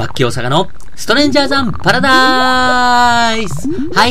バッキー大阪のストレンジャーザンパラダイス。はい、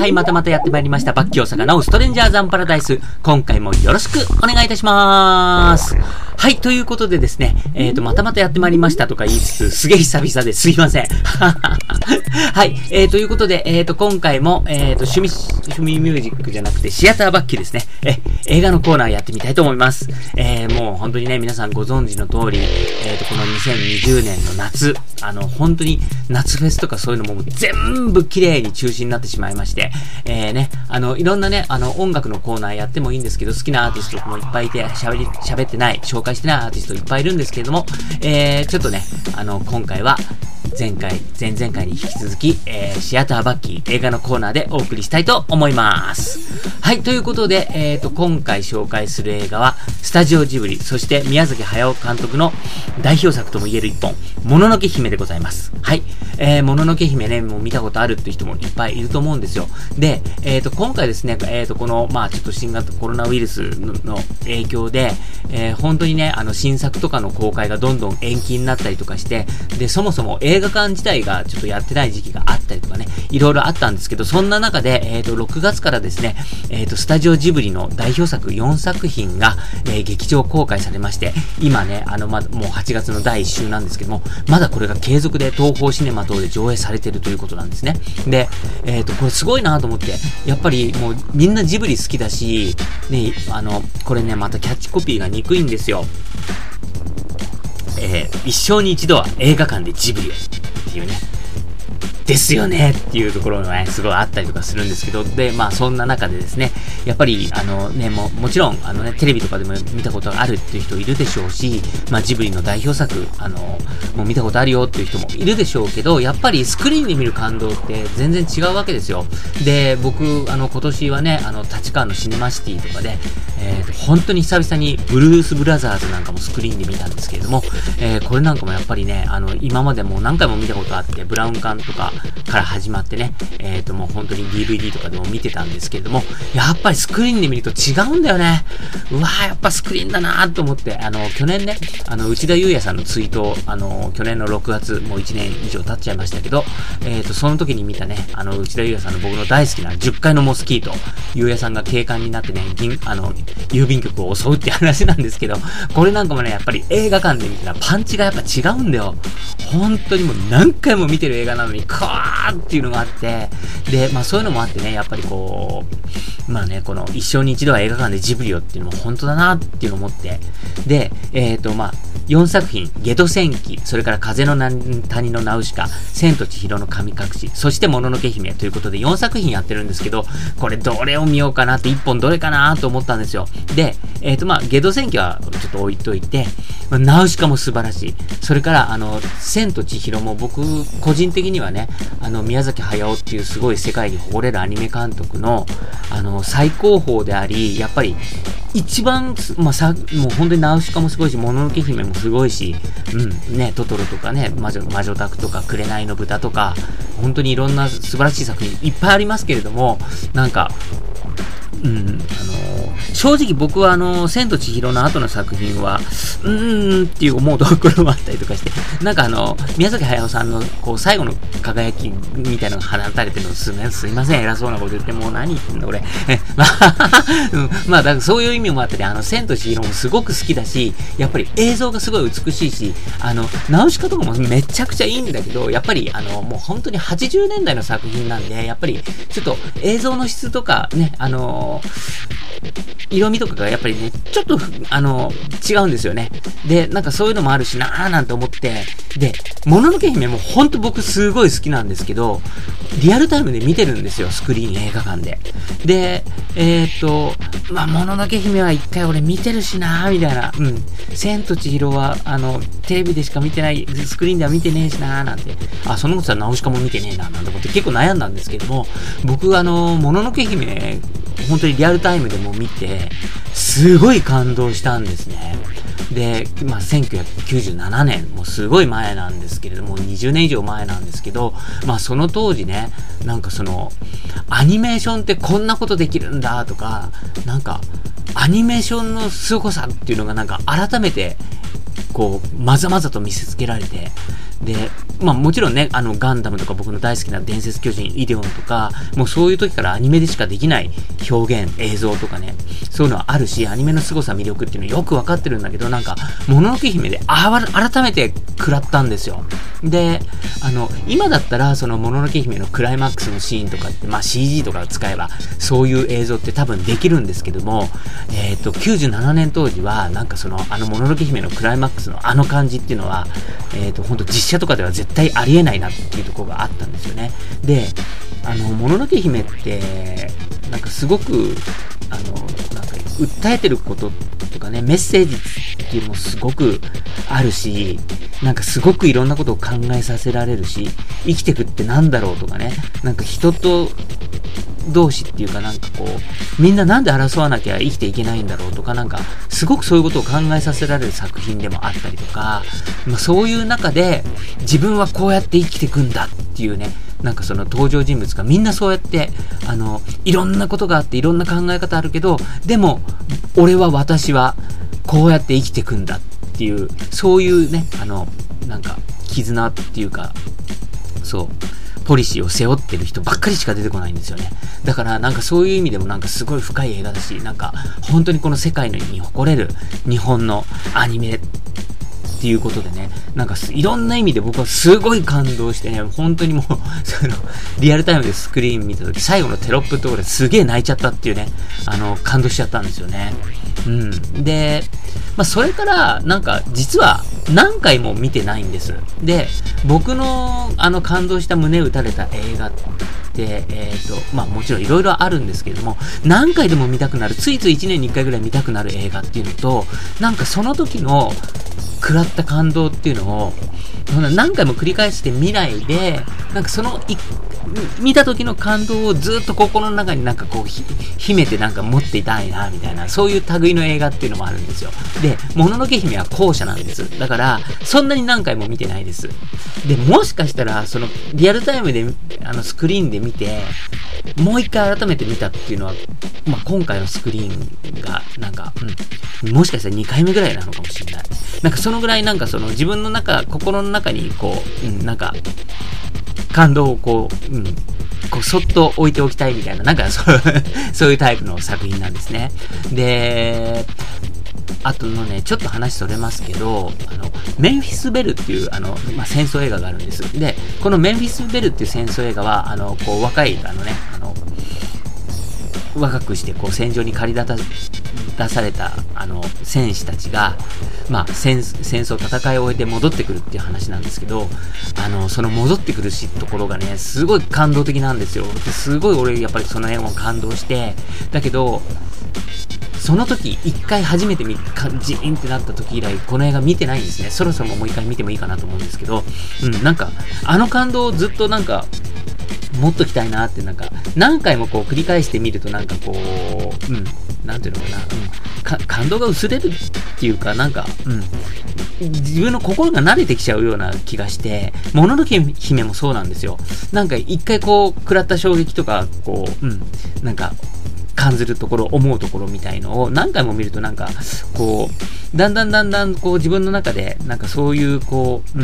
またやってまいりました。バッキー大阪のストレンジャーザンパラダイス。今回もよろしくお願いいたします。はい、ということでですね、またやってまいりましたとか言いつつ、すげえ久々ですいません。はい、ということで、今回も、趣味ミュージックじゃなくて、シアターバッキーですね。映画のコーナーやってみたいと思います。もう本当にね、皆さんご存知の通り、この2020年の夏、本当に夏フェスとかそういうのも全部綺麗に中止になってしまいまして、いろんなね、音楽のコーナーやってもいいんですけど、好きなアーティストもいっぱいいて、喋ってない、紹介してないアーティストいっぱいいるんですけれども、ちょっとね、今回は、前々回に引き続き、シアターバッキー映画のコーナーでお送りしたいと思います。はい、ということで、今回紹介する映画は、スタジオジブリ、そして宮崎駿監督の代表作とも言える一本、もののけ姫でございます。はい。もののけ姫ね、もう見たことあるっていう人もいっぱいいると思うんですよ。で、今回ですね、この、ちょっと新型コロナウイルスの影響で、本当にね、新作とかの公開がどんどん延期になったりとかして、で、そもそも映画館自体がちょっとやってない時期があったりとかね、いろいろあったんですけど、そんな中で、6月からですね、スタジオジブリの代表作4作品が、劇場公開されまして、今ね、もう8月の第1週なんですけども、まだこれが継続で東宝シネマ等で上映されているということなんですね。で、これすごいなと思って、やっぱりもうみんなジブリ好きだし、ね、これね、またキャッチコピーが憎いんですよ。一生に一度は映画館でジブリをっていうね。ですよねっていうところがね、すごいあったりとかするんですけど、で、そんな中でですね、やっぱり、もちろん、テレビとかでも見たことがあるっていう人いるでしょうし、ジブリの代表作、もう見たことあるよっていう人もいるでしょうけど、やっぱりスクリーンで見る感動って全然違うわけですよ。で、僕、今年はね、立川のシネマシティとかで、本当に久々にブルースブラザーズなんかもスクリーンで見たんですけれども、これなんかもやっぱりね、今までも何回も見たことあって、ブラウン管とか、から始まってね、もう本当に DVD とかでも見てたんですけれども、やっぱりスクリーンで見ると違うんだよね。うわー、やっぱスクリーンだなーと思って、去年ね、内田裕也さんのツイートを、去年の6月、もう1年以上経っちゃいましたけど、その時に見たね、内田裕也さんの僕の大好きな10階のモスキート、裕也さんが警官になってね、郵便局を襲うって話なんですけど、これなんかもね、やっぱり映画館で見たらパンチがやっぱ違うんだよ。本当にもう何回も見てる映画なのに、カーっていうのがあって、で、そういうのもあってね、やっぱりこう、この一生に一度は映画館でジブリをっていうのも本当だなっていうのを思って、で、4作品、ゲド戦記、それから風の谷のナウシカ、千と千尋の神隠し、そしてもののけ姫ということで4作品やってるんですけど、これどれを見ようかなって1本どれかなと思ったんですよ。で、ゲド戦記はちょっと置いといて、ナウシカも素晴らしい。それから、千と千尋も僕、個人的にはね、宮崎駿っていうすごい世界に誇れるアニメ監督の、最高峰であり、やっぱり、一番、もう本当にナウシカもすごいし、もののけ姫もすごいし、トトロとかね、魔女宅とか、紅の豚とか、本当にいろんな素晴らしい作品いっぱいありますけれども、なんか、正直僕は千と千尋の後の作品は、っていう思うところもあったりとかして、なんか宮崎駿さんのこう最後の輝きみたいなのが放たれてるのすいません、偉そうなこと言ってもう何言ってんの俺。だからそういう意味もあってね、千と千尋もすごく好きだし、やっぱり映像がすごい美しいし、ナウシカとかもめちゃくちゃいいんだけど、やっぱりもう本当に80年代の作品なんで、やっぱりちょっと映像の質とかね、色味とかがやっぱりね、ちょっと、違うんですよね。で、なんかそういうのもあるしなーなんて思って、で、もののけ姫もほんと僕すごい好きなんですけど、リアルタイムで見てるんですよ、スクリーン映画館で。で、もののけ姫は一回俺見てるしなーみたいな、千と千尋は、テレビでしか見てない、スクリーンでは見てねえしなーなんて、そのことはナウシカも見てねえなーなんて思って結構悩んだんですけども、僕もののけ姫、本当にリアルタイムでも見て、すごい感動したんですね。で、1997年、もうすごい前なんですけれども、20年以上前なんですけど、その当時ね、なんかアニメーションってこんなことできるんだとか、なんか、アニメーションの凄さっていうのがなんか改めてこう、まざまざと見せつけられて、で、まあもちろんね、ガンダムとか僕の大好きな伝説巨人、イデオンとか、もうそういう時からアニメでしかできない表現、映像とかね、そういうのはあるし、アニメの凄さ、魅力っていうのよくわかってるんだけど、なんか、もののけ姫で改めて食らったんですよ。で、今だったら、そのもののけ姫のクライマックスのシーンとかって、まあ CG とかを使えば、そういう映像って多分できるんですけども、97年当時は、なんかもののけ姫のクライマックスの感じっていうのは、ほんと実写とかでは絶対ありえないなっていうところがあったんですよね。で、もののけ姫って、なんかすごく、なんか訴えてることとかね、メッセージっていうのもすごくあるし、なんかすごくいろんなことを考えさせられるし、生きてくってなんだろうとかね、なんか人と同士っていうかなんかこう、みんななんで争わなきゃ生きていけないんだろうとか、なんかすごくそういうことを考えさせられる作品でもあったりとか、まあ、そういう中で自分はこうやって生きていくんだっていうね、なんかその登場人物がみんなそうやっていろんなことがあっていろんな考え方あるけど、でも私はこうやって生きていくんだっていう、そういうね、なんか絆っていうか、そうポリシーを背負ってる人ばっかりしか出てこないんですよね。だからなんかそういう意味でもなんかすごい深い映画だし、なんか本当にこの世界に誇れる日本のアニメっていうことでね、なんかいろんな意味で僕はすごい感動してね、本当にもうリアルタイムでスクリーン見た時、最後のテロップのところですげえ泣いちゃったっていうね、感動しちゃったんですよね。で、まあそれからなんか実は何回も見てないんです。で、僕の感動した胸打たれた映画って、まあもちろんいろいろあるんですけれども、何回でも見たくなる、ついつい1年に1回ぐらい見たくなる映画っていうのと、なんかその時の食らった感動っていうのを何回も繰り返して見ないで、なんか見た時の感動をずっと心の中になんかこう秘めてなんか持っていたいなみたいな、そういう類の映画っていうのもあるんですよ。で、もののけ姫は後者なんです。だからそんなに何回も見てないです。で、もしかしたらリアルタイムでスクリーンで見てもう一回改めて見たっていうのは、まあ、今回のスクリーンがなんか、もしかしたら2回目ぐらいなのかもしれない。なんかそのぐらいなんか自分の心の中にこう、なんか感動をこうそっと置いておきたいみたいな、なんかそういうタイプの作品なんですね。で、あとのね、ちょっと話それますけど、メンフィスベルっていう、まあ、戦争映画があるんです。で、このメンフィスベルっていう戦争映画は、こう、若い、若くして、こう、戦場に駆り出された、戦士たちが、まあ、戦争、戦いを終えて戻ってくるっていう話なんですけど、その戻ってくるところがね、すごい感動的なんですよ。すごい俺、やっぱりその辺を感動して、だけど、その時、一回初めてジーンってなった時以来、この映画見てないんですね。そろそろもう一回見てもいいかなと思うんですけど、なんか、感動をずっとなんか、持っときたいなって、なんか、何回もこう繰り返してみるとなんかこう、なんていうのかな、感動が薄れるっていうか、なんか、自分の心が慣れてきちゃうような気がして、もののけ姫もそうなんですよ。なんか一回こう、食らった衝撃とか、こう、なんか、感じるところ、思うところみたいのを何回も見るとなんか、こう、だんだんこう自分の中で、なんかそういうこう、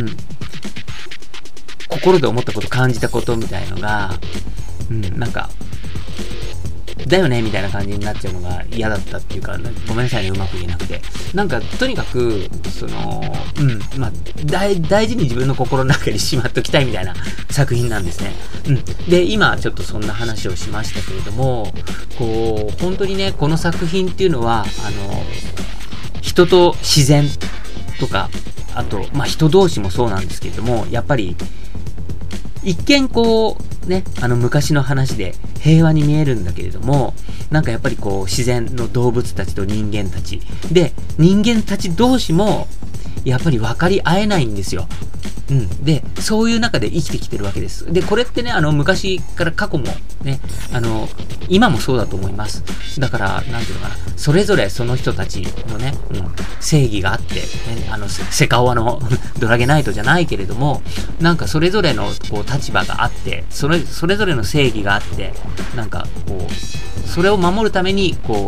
心で思ったこと、感じたことみたいのが、なんか、だよねみたいな感じになっちゃうのが嫌だったっていうか、ごめんなさいね、うまく言えなくて。なんか、とにかく、まあ、大事に自分の心の中にしまっときたいみたいな作品なんですね。で、今、ちょっとそんな話をしましたけれども、こう、本当にね、この作品っていうのは、人と自然とか、あと、まあ、人同士もそうなんですけれども、やっぱり、一見こうね、昔の話で平和に見えるんだけれども、なんかやっぱりこう自然の動物たちと人間たちで、人間たち同士もやっぱり分かり合えないんですよ。で、そういう中で生きてきてるわけです。で、これってね、昔から過去もね、今もそうだと思います。だから、なんていうのかな、それぞれその人たちのね、正義があって、ね、セカオワのドラゲナイトじゃないけれども、なんかそれぞれのこう立場があって、それぞれの正義があって、なんかこう、それを守るために、こう、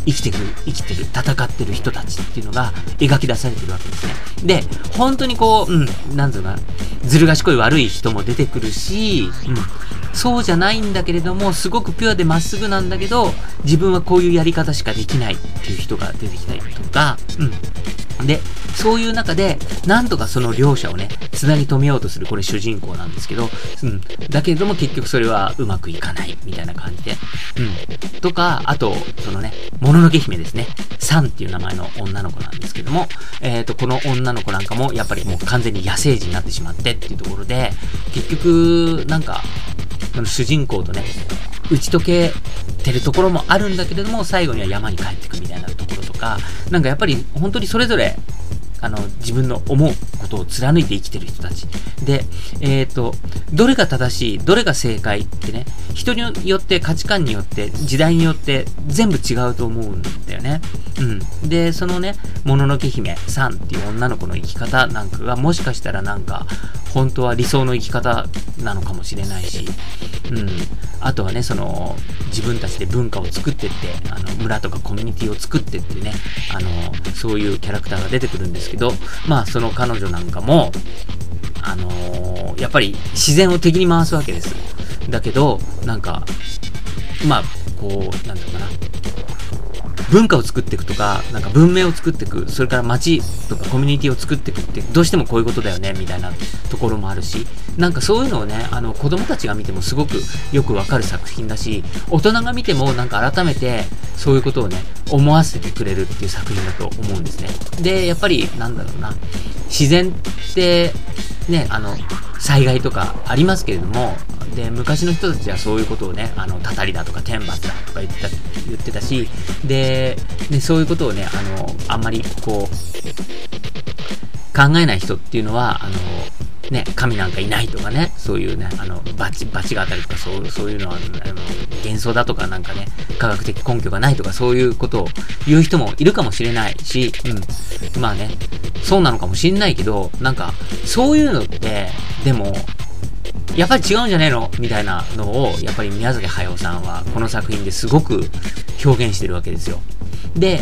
生きてる、戦ってる人たちっていうのが描き出されてるわけですね。で、本当にこう、なんていうのかな、ずる賢い悪い人も出てくるし、そうじゃないんだけれども、すごくピュアでまっすぐなんだけど、自分はこういうやり方しかできないっていう人が出てきたりとか、で、そういう中で、なんとかその両者をね、つなぎ止めようとする、これ主人公なんですけど、だけれども結局それはうまくいかない、みたいな感じで、とか、あと、そのね、もののけ姫ですね。サンっていう名前の女の子なんですけども、この女の子なんかも、やっぱりもう完全に野生児になってしまってっていうところで、結局、なんか、その主人公とね、打ち解けてるところもあるんだけれども、最後には山に帰ってくみたいなところとか、なんかやっぱり本当にそれぞれ、自分の思うことを貫いて生きてる人たち。で、どれが正しい、どれが正解ってね、人によって価値観によって、時代によって全部違うと思うんだよね。で、そのね、もののけ姫さんっていう女の子の生き方なんかがもしかしたらなんか、本当は理想の生き方なのかもしれないし、あとはね、その、自分たちで文化を作ってって、村とかコミュニティを作ってってね、そういうキャラクターが出てくるんですけど、まあ、その彼女なんかも、やっぱり自然を敵に回すわけです。だけど、なんか、まあ、こう、なんていうのかな、文化を作っていくとか、なんか文明を作っていく、それから街とかコミュニティを作っていくって、どうしてもこういうことだよね、みたいなところもあるし、なんかそういうのをね、子供たちが見てもすごくよくわかる作品だし、大人が見てもなんか改めてそういうことをね、思わせてくれるっていう作品だと思うんですね。で、やっぱり、なんだろうな、自然って、ね、災害とかありますけれども、で、昔の人たちはそういうことをね、たたりだとか天罰だとか言ってたし、で、そういうことをね、あんまりこう、考えない人っていうのは、ね、神なんかいないとかね、そういうね、罰が当たるとか、そういうのは、幻想だとかなんかね、科学的根拠がないとか、そういうことを言う人もいるかもしれないし、まあね、そうなのかもしれないけど、なんか、そういうのって、でも、やっぱり違うんじゃねえのみたいなのを、やっぱり宮崎駿さんは、この作品ですごく表現してるわけですよ。で、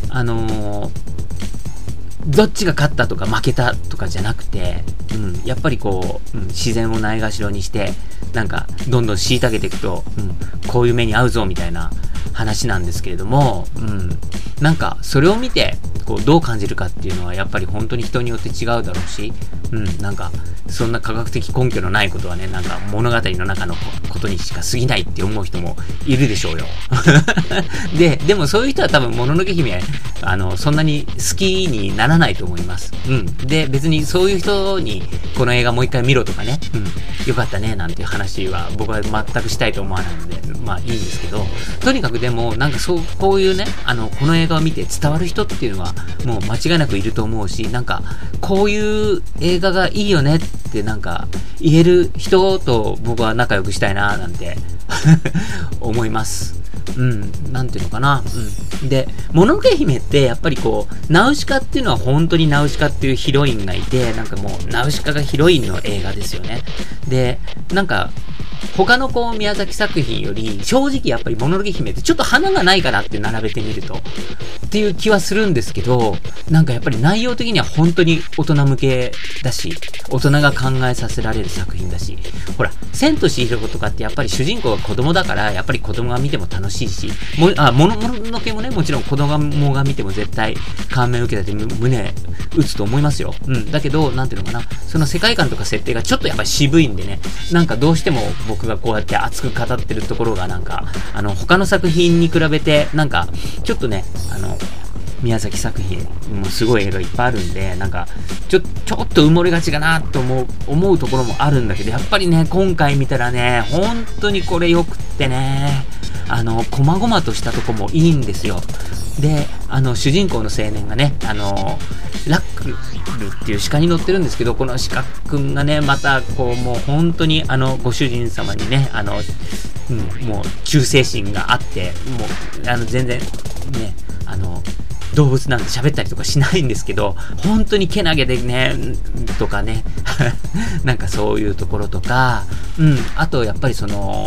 どっちが勝ったとか負けたとかじゃなくて、やっぱりこう、自然をないがしろにして、なんか、どんどん虐げていくと、こういう目に遭うぞみたいな話なんですけれども、なんか、それを見て、こう、どう感じるかっていうのは、やっぱり本当に人によって違うだろうし、なんか、そんな科学的根拠のないことはね、なんか物語の中のことにしか過ぎないって思う人もいるでしょうよ。でもそういう人は多分、もののけ姫、そんなに好きにならないと思います。で、別にそういう人に、この映画もう一回見ろとかね、よかったね、なんていう話は僕は全くしたいと思わないので、まあいいんですけど、とにかくでも、なんかこういうね、この映画を見て伝わる人っていうのは、もう間違いなくいると思うし、なんか、こういう映画がいいよねってなんか、言える人と僕は仲良くしたいな、なんて、思います。なんていうのかな。で、もののけ姫ってやっぱりこう、ナウシカっていうのは本当にナウシカっていうヒロインがいて、なんかもう、ナウシカがヒロインの映画ですよね。で、なんか、他のこう宮崎作品より正直やっぱりもののけ姫ってちょっと花がないかなって並べてみるとっていう気はするんですけど、なんかやっぱり内容的には本当に大人向けだし、大人が考えさせられる作品だし、ほら、千と千尋とかってやっぱり主人公が子供だから、やっぱり子供が見ても楽しいし、もののけもね、もちろん子供が見ても絶対感銘を受けたって胸打つと思いますよ。だけど、なんていうのかな、その世界観とか設定がちょっとやっぱり渋いんでね、なんかどうしても僕がこうやって熱く語ってるところがなんか、他の作品に比べて、なんか、ちょっとね、宮崎作品もすごい映画いっぱいあるんで、なんか、ちょっと埋もれがちかなと思うところもあるんだけど、やっぱりね、今回見たらね、本当にこれ良くってね、細々としたとこもいいんですよ。で、主人公の青年がね、ラックルっていう鹿に乗ってるんですけど、この鹿くんがね、また、こう、もう本当に、ご主人様にね、もう、忠誠心があって、もう、全然、ね、動物なんて喋ったりとかしないんですけど、本当にけなげでね、とかね、なんかそういうところとか、あとやっぱりその、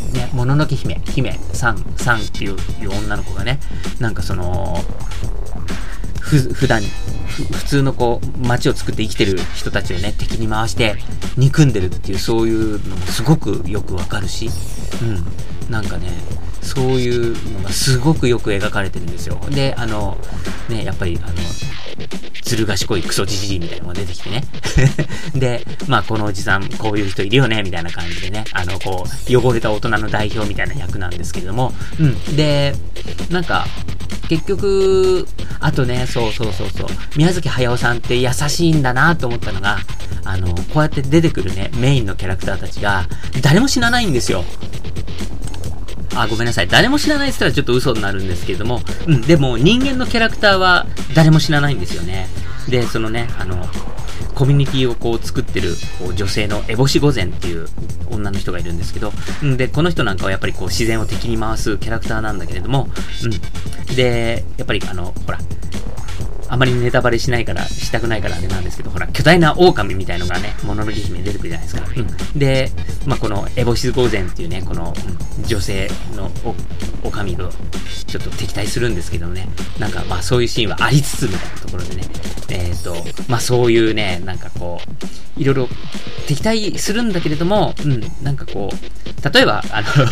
ね、もののけ姫さんっていう女の子がね、なんかその、普段普通のこう街を作って生きてる人たちをね敵に回して憎んでるっていう、そういうのもすごくよくわかるし、なんかねそういうのがすごくよく描かれてるんですよ。でね、やっぱりずる賢いクソじじいみたいなのが出てきてねでまあこのおじさんこういう人いるよねみたいな感じでね、こう汚れた大人の代表みたいな役なんですけれども、でなんか結局あとね、そう宮崎駿さんって優しいんだなと思ったのが、こうやって出てくるねメインのキャラクターたちが誰も死なないんですよ。ごめんなさい、誰も知らないって言ったらちょっと嘘になるんですけれども、でも人間のキャラクターは誰も知らないんですよね。でそのねコミュニティをこう作ってるこう女性の烏帽子御前っていう女の人がいるんですけど、でこの人なんかはやっぱりこう自然を敵に回すキャラクターなんだけれども、でやっぱりほらあまりネタバレしたくないからあれなんですけど、ほら巨大な狼みたいのがねもののけ姫に出てくるじゃないですか。でまあこの烏帽子御前っていうねこの、女性の狼とちょっと敵対するんですけどね、なんかまあそういうシーンはありつつみたいなところでね、まあそういうねなんかこういろいろ敵対するんだけれども、なんかこう例えば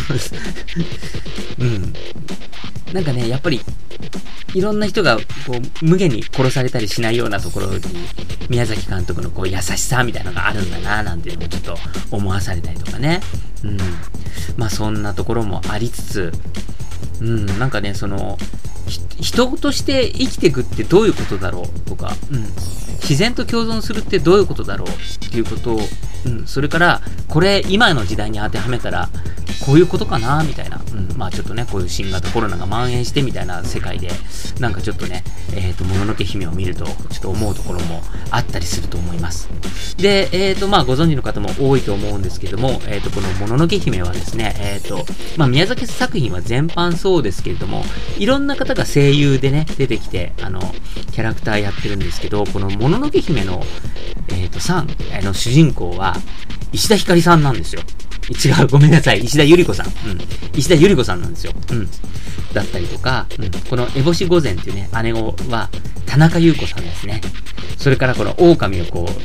なんかねやっぱりいろんな人がこう無限に殺されたりしないようなところに宮崎監督のこう優しさみたいなのがあるんだななんていうのもちょっと思わされたりとかね、まあそんなところもありつつ、なんかねその人として生きていくってどういうことだろうとか、自然と共存するってどういうことだろうっていうことを、それからこれ今の時代に当てはめたらこういうことかなみたいな、まあちょっとねこういう新型コロナが蔓延してみたいな世界でなんかちょっとねもののけ姫を見るとちょっと思うところもあったりすると思います。でまあご存知の方も多いと思うんですけども、このもののけ姫はですねまあ宮崎作品は全般そうですけれども、いろんな方が声優でね出てきてキャラクターやってるんですけど、このもののけ姫の主人公は石田ひかりさんなんですよ。違う、ごめんなさい。石田ゆり子さん。石田ゆり子さんなんですよ。だったりとか、この烏帽子御前っていうね、姉子は田中優子さんですね。それからこの狼をこう、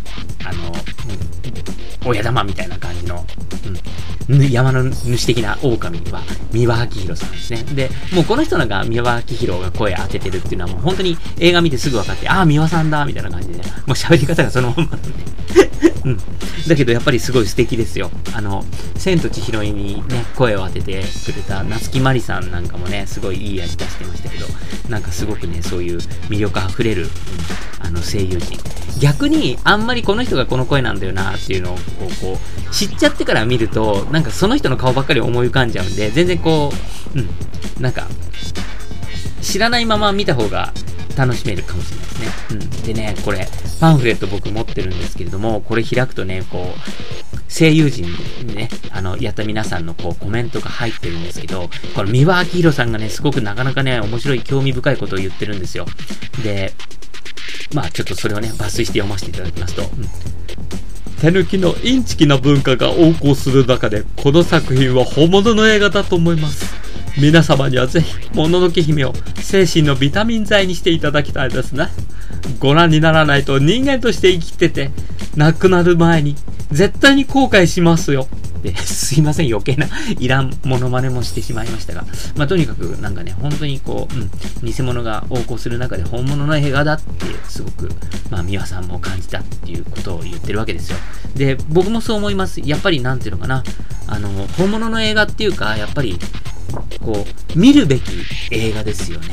親玉みたいな感じの、山の主的な狼は三輪明宏さんですね。で、もうこの人なんか三輪明宏が声当ててるっていうのはもう本当に映画見てすぐ分かって、三輪さんだみたいな感じで、ね、もう喋り方がそのままなんで。だけどやっぱりすごい素敵ですよ。千と千尋にね、声を当ててくれた夏木マリさんなんかもね、すごいいい味出してましたけど、なんかすごくね、そういう魅力あふれる、声優陣。逆に、あんまりこの人がこの声なんだよなっていうのをこう、知っちゃってから見ると、なんかその人の顔ばっかり思い浮かんじゃうんで、全然こう、なんか、知らないまま見た方が楽しめるかもしれないですね。でね、これ、パンフレット僕持ってるんですけれども、これ開くとね、こう、声優陣にね、やった皆さんのこう、コメントが入ってるんですけど、この三輪明宏さんがね、すごくなかなかね、面白い、興味深いことを言ってるんですよ。で、まあちょっとそれをね、抜粋して読ませていただきますと、手抜きのインチキな文化が横行する中で、この作品は本物の映画だと思います。皆様にはぜひ、もののけ姫を精神のビタミン剤にしていただきたいですね。ご覧にならないと人間として生きてて、亡くなる前に絶対に後悔しますよ。すいません、余計ないらんモノマネもしてしまいましたが、まあとにかくなんかね、本当にこう、偽物が横行する中で本物の映画だってすごく、まあ美輪さんも感じたっていうことを言ってるわけですよ。で、僕もそう思います。やっぱりなんていうのかな、本物の映画っていうか、やっぱりこう見るべき映画ですよね。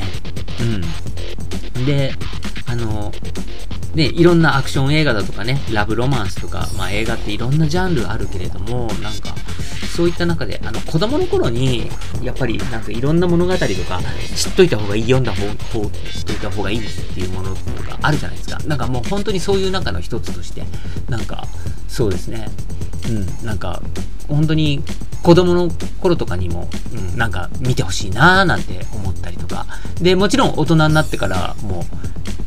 で、ね、いろんなアクション映画だとかね、ラブロマンスとか、まあ映画っていろんなジャンルあるけれども、なんか、そういった中で、子供の頃に、やっぱりなんかいろんな物語とか、知っといた方がいい、読んだ方といた方がいいっていうものとかあるじゃないですか。なんかもう本当にそういう中の一つとして、なんか、そうですね。なんか、本当に子供の頃とかにも、なんか見てほしいなーなんて思ったりとか。で、もちろん大人になってからも、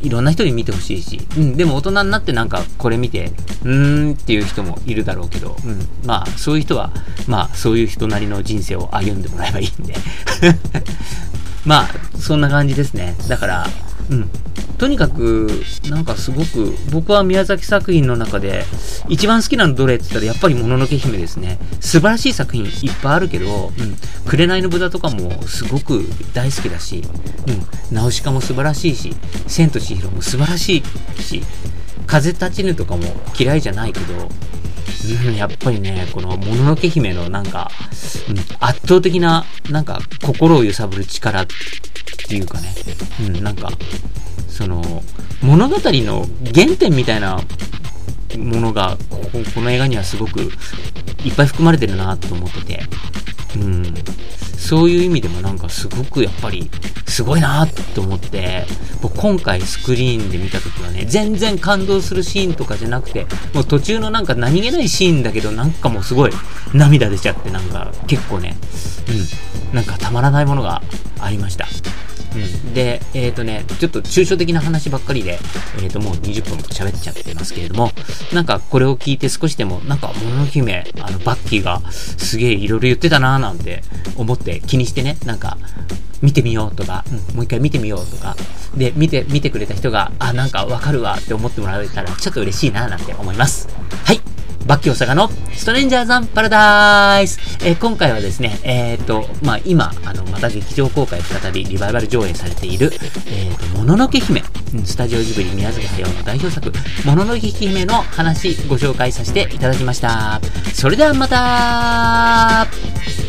いろんな人に見てほしいし、でも大人になってなんかこれ見て、っていう人もいるだろうけど、まあそういう人は、まあそういう人なりの人生を歩んでもらえばいいんで。まあ、そんな感じですね。だから、とにかく、なんかすごく、僕は宮崎作品の中で、一番好きなのどれって言ったら、やっぱりもののけ姫ですね。素晴らしい作品いっぱいあるけど、紅の豚とかもすごく大好きだし、ナウシカも素晴らしいし、千と千尋も素晴らしいし、風立ちぬとかも嫌いじゃないけど、やっぱりね、このもののけ姫のなんか、圧倒的な、なんか心を揺さぶる力っていうかね、なんか、その、物語の原点みたいなものが、この映画にはすごくいっぱい含まれてるなと思ってて、そういう意味でもなんかすごくやっぱりすごいなと思って、僕今回スクリーンで見たときはね、全然感動するシーンとかじゃなくて、もう途中のなんか何気ないシーンだけどなんかもうすごい涙出ちゃって、なんか結構ね、なんかたまらないものがありました。で、ちょっと抽象的な話ばっかりで、もう20分も喋っちゃってますけれども、なんかこれを聞いて少しでも、なんかもののけ姫、バッキーがすげえいろいろ言ってたなーなんて思って気にしてね、なんか、見てみようとか、もう一回見てみようとか、で、見てくれた人が、なんかわかるわって思ってもらえたら、ちょっと嬉しいななんて思います。はい。バッキー大阪のストレンジャーズ・パラダイス、今回はですね、今、また劇場公開再びリバイバル上映されている、もののけ姫、スタジオジブリ宮崎駿の代表作、もののけ姫の話ご紹介させていただきました。それではまた